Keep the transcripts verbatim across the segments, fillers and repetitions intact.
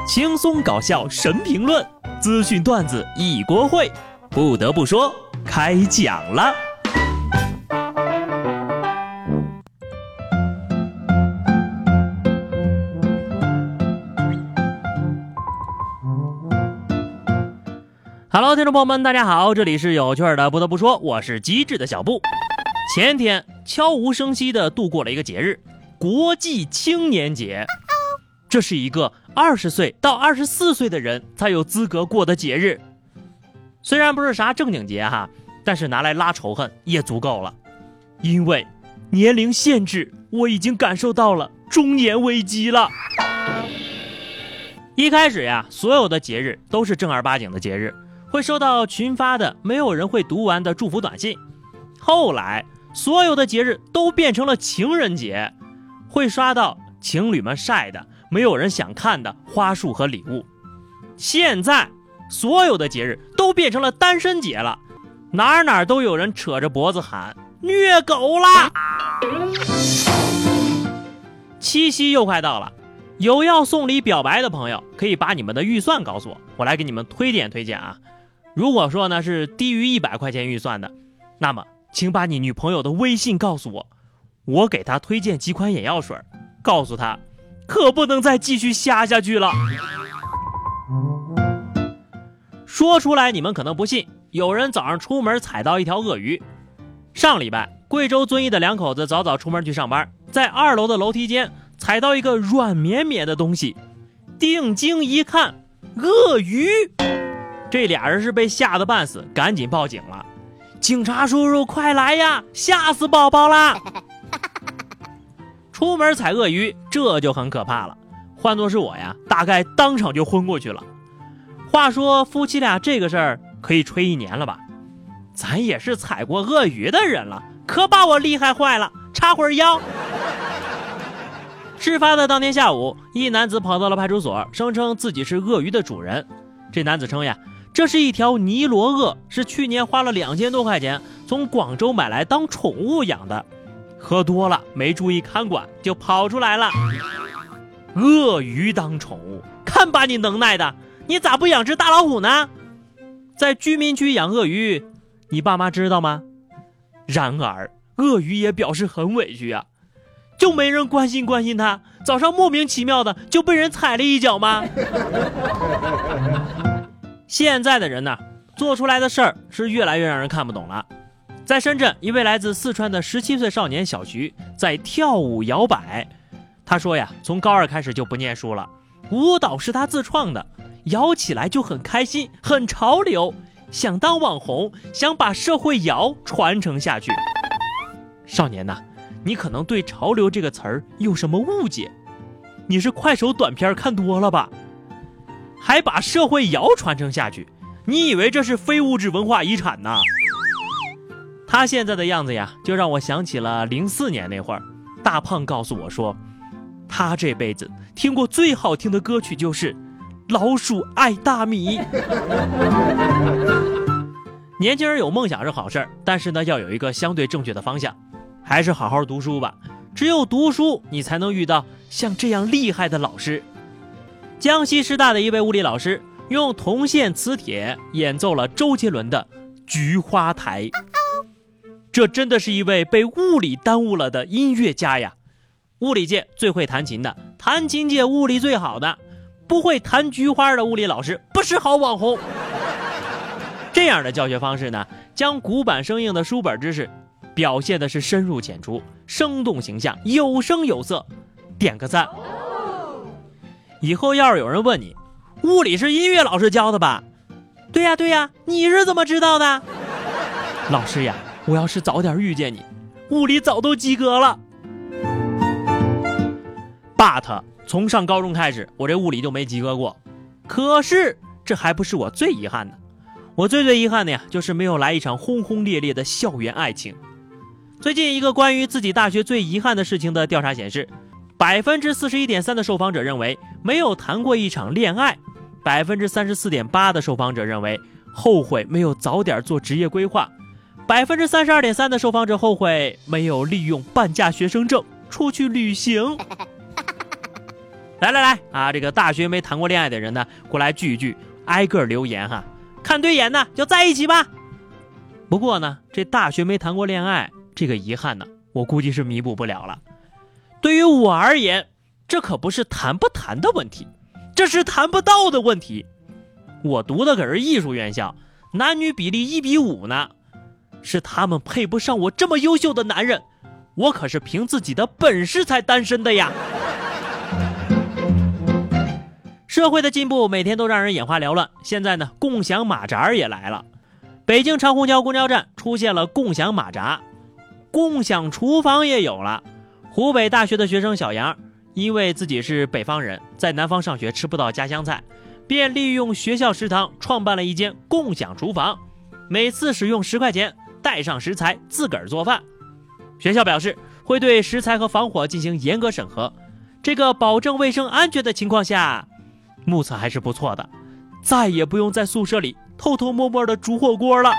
轻松搞笑神评论，资讯段子一锅烩。不得不说，开讲了。Hello， 听众朋友们，大家好，这里是有趣的。不得不说，我是机智的小布。前天悄无声息地度过了一个节日——国际青年节。这是一个二十岁到二十四岁的人才有资格过的节日。虽然不是啥正经节哈，但是拿来拉仇恨也足够了。因为年龄限制，我已经感受到了中年危机了。一开始呀，所有的节日都是正儿八经的节日，会收到群发的没有人会读完的祝福短信。后来所有的节日都变成了情人节，会刷到情侣们晒的没有人想看的花束和礼物。现在所有的节日都变成了单身节了，哪哪都有人扯着脖子喊虐狗啦。七夕又快到了，有要送礼表白的朋友可以把你们的预算告诉我，我来给你们推荐推荐啊。如果说呢是低于一百块钱预算的，那么请把你女朋友的微信告诉我，我给她推荐几款眼药水，告诉她可不能再继续瞎下去了。说出来你们可能不信，有人早上出门踩到一条鳄鱼。上礼拜贵州遵义的两口子早早出门去上班，在二楼的楼梯间踩到一个软绵绵的东西，定睛一看，鳄鱼。这俩人是被吓得半死，赶紧报警了。警察叔叔快来呀，吓死宝宝啦。出门踩鳄鱼，这就很可怕了。换作是我呀，大概当场就昏过去了。话说夫妻俩这个事儿可以吹一年了吧？咱也是踩过鳄鱼的人了，可把我厉害坏了，插会儿腰。事发的当天下午，一男子跑到了派出所，声称自己是鳄鱼的主人。这男子称呀，这是一条尼罗鳄，是去年花了两千多块钱从广州买来当宠物养的。喝多了没注意看管就跑出来了。鳄鱼当宠物，看把你能耐的，你咋不养只大老虎呢？在居民区养鳄鱼，你爸妈知道吗？然而鳄鱼也表示很委屈啊，就没人关心关心他，早上莫名其妙的就被人踩了一脚吗？现在的人呢，做出来的事儿是越来越让人看不懂了。在深圳，一位来自四川的十七岁少年小徐在跳舞摇摆。他说呀，从高二开始就不念书了，舞蹈是他自创的，摇起来就很开心，很潮流，想当网红，想把社会摇传承下去。少年呐，你可能对潮流这个词儿有什么误解？你是快手短片看多了吧？还把社会摇传承下去，你以为这是非物质文化遗产呢？他现在的样子呀，就让我想起了零四年那会儿，大胖告诉我说，他这辈子听过最好听的歌曲就是《老鼠爱大米》。年轻人有梦想是好事，但是呢，要有一个相对正确的方向，还是好好读书吧。只有读书，你才能遇到像这样厉害的老师。江西师大的一位物理老师用铜线磁铁演奏了周杰伦的《菊花台》。这真的是一位被物理耽误了的音乐家呀！物理界最会弹琴的，弹琴界物理最好的，不会弹菊花的物理老师不是好网红。这样的教学方式呢，将古板生硬的书本知识表现的是深入浅出，生动形象，有声有色，点个赞。以后要是有人问你，物理是音乐老师教的吧？对呀对呀，你是怎么知道的？老师呀，我要是早点遇见你，物理早都及格了。but 从上高中开始，我这物理就没及格过。可是这还不是我最遗憾的，我最最遗憾的呀，就是没有来一场轰轰烈烈的校园爱情。最近一个关于自己大学最遗憾的事情的调查显示，百分之四十一点三的受访者认为没有谈过一场恋爱，百分之三十四点八的受访者认为后悔没有早点做职业规划，百分之三十二点三的受访者后悔没有利用半价学生证出去旅行。 来来来啊，这个大学没谈过恋爱的人呢，过来聚一聚，挨个留言哈，看对眼呢就在一起吧。不过呢，这大学没谈过恋爱这个遗憾呢，我估计是弥补不了了。对于我而言，这可不是谈不谈的问题，这是谈不到的问题。我读的可是艺术院校，男女比例一比五呢，是他们配不上我这么优秀的男人，我可是凭自己的本事才单身的呀。社会的进步每天都让人眼花缭乱，现在呢，共享马扎也来了。北京长虹桥公交站出现了共享马扎，共享厨房也有了。湖北大学的学生小杨，因为自己是北方人，在南方上学吃不到家乡菜，便利用学校食堂创办了一间共享厨房，每次使用十块钱，带上食材自个儿做饭。学校表示会对食材和防火进行严格审核，这个保证卫生安全的情况下，目测还是不错的，再也不用在宿舍里偷偷摸摸的煮火锅了。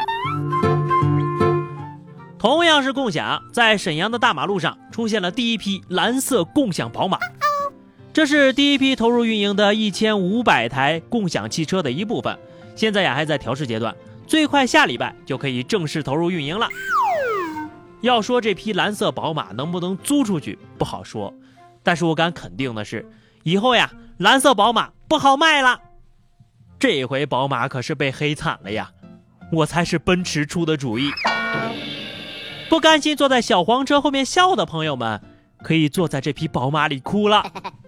同样是共享，在沈阳的大马路上出现了第一批蓝色共享宝马，这是第一批投入运营的一千五百台共享汽车的一部分，现在呀还在调试阶段，最快下礼拜就可以正式投入运营了。要说这批蓝色宝马能不能租出去不好说，但是我敢肯定的是，以后呀蓝色宝马不好卖了。这回宝马可是被黑惨了呀，我才是奔驰出的主意。不甘心坐在小黄车后面笑的朋友们，可以坐在这匹宝马里哭了。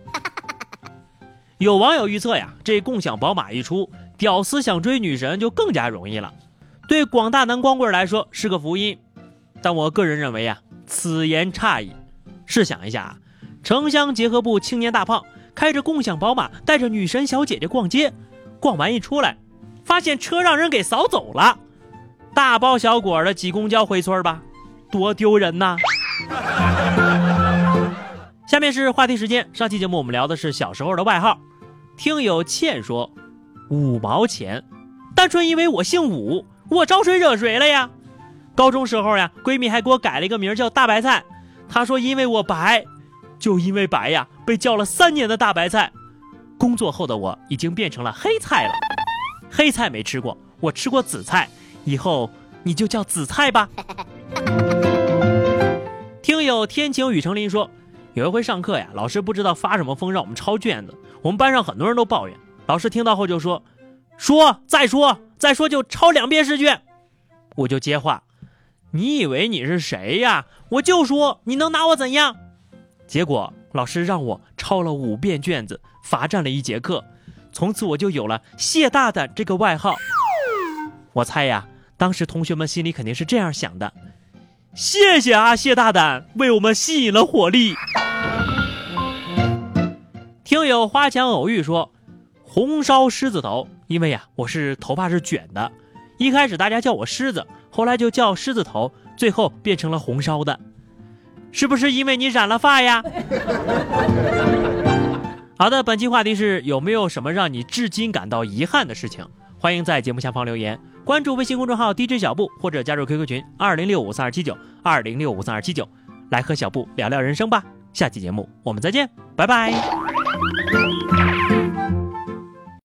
有网友预测呀，这共享宝马一出，屌丝想追女神就更加容易了，对广大男光棍来说是个福音。但我个人认为啊，此言差矣。试想一下啊，城乡结合部青年大胖开着共享宝马，带着女神小姐姐逛街，逛完一出来，发现车让人给扫走了，大包小裹的挤公交回村吧，多丢人呐！下面是话题时间，上期节目我们聊的是小时候的外号。听友倩说，五毛钱，单纯因为我姓武，我招谁惹谁了呀？高中时候呀，闺蜜还给我改了一个名叫大白菜，她说因为我白，就因为白呀，被叫了三年的大白菜。工作后的我已经变成了黑菜了，黑菜没吃过，我吃过紫菜，以后你就叫紫菜吧。听友天晴雨成林说，有一回上课呀，老师不知道发什么疯让我们抄卷子，我们班上很多人都抱怨，老师听到后就说，说再说再说就抄两遍试卷。我就接话，你以为你是谁呀？我就说你能拿我怎样？结果老师让我抄了五遍卷子，罚站了一节课，从此我就有了谢大胆这个外号。我猜呀，当时同学们心里肯定是这样想的，谢谢啊谢大胆，为我们吸引了火力。听友花墙偶遇说，红烧狮子头，因为呀我是头发是卷的，一开始大家叫我狮子，后来就叫狮子头，最后变成了红烧的。是不是因为你染了发呀？好的，本期话题是有没有什么让你至今感到遗憾的事情？欢迎在节目下方留言，关注微信公众号 D J 小布，或者加入 Q Q 群二零六五三二七九二零六五三二七九，来和小布聊聊人生吧。下期节目我们再见，拜拜。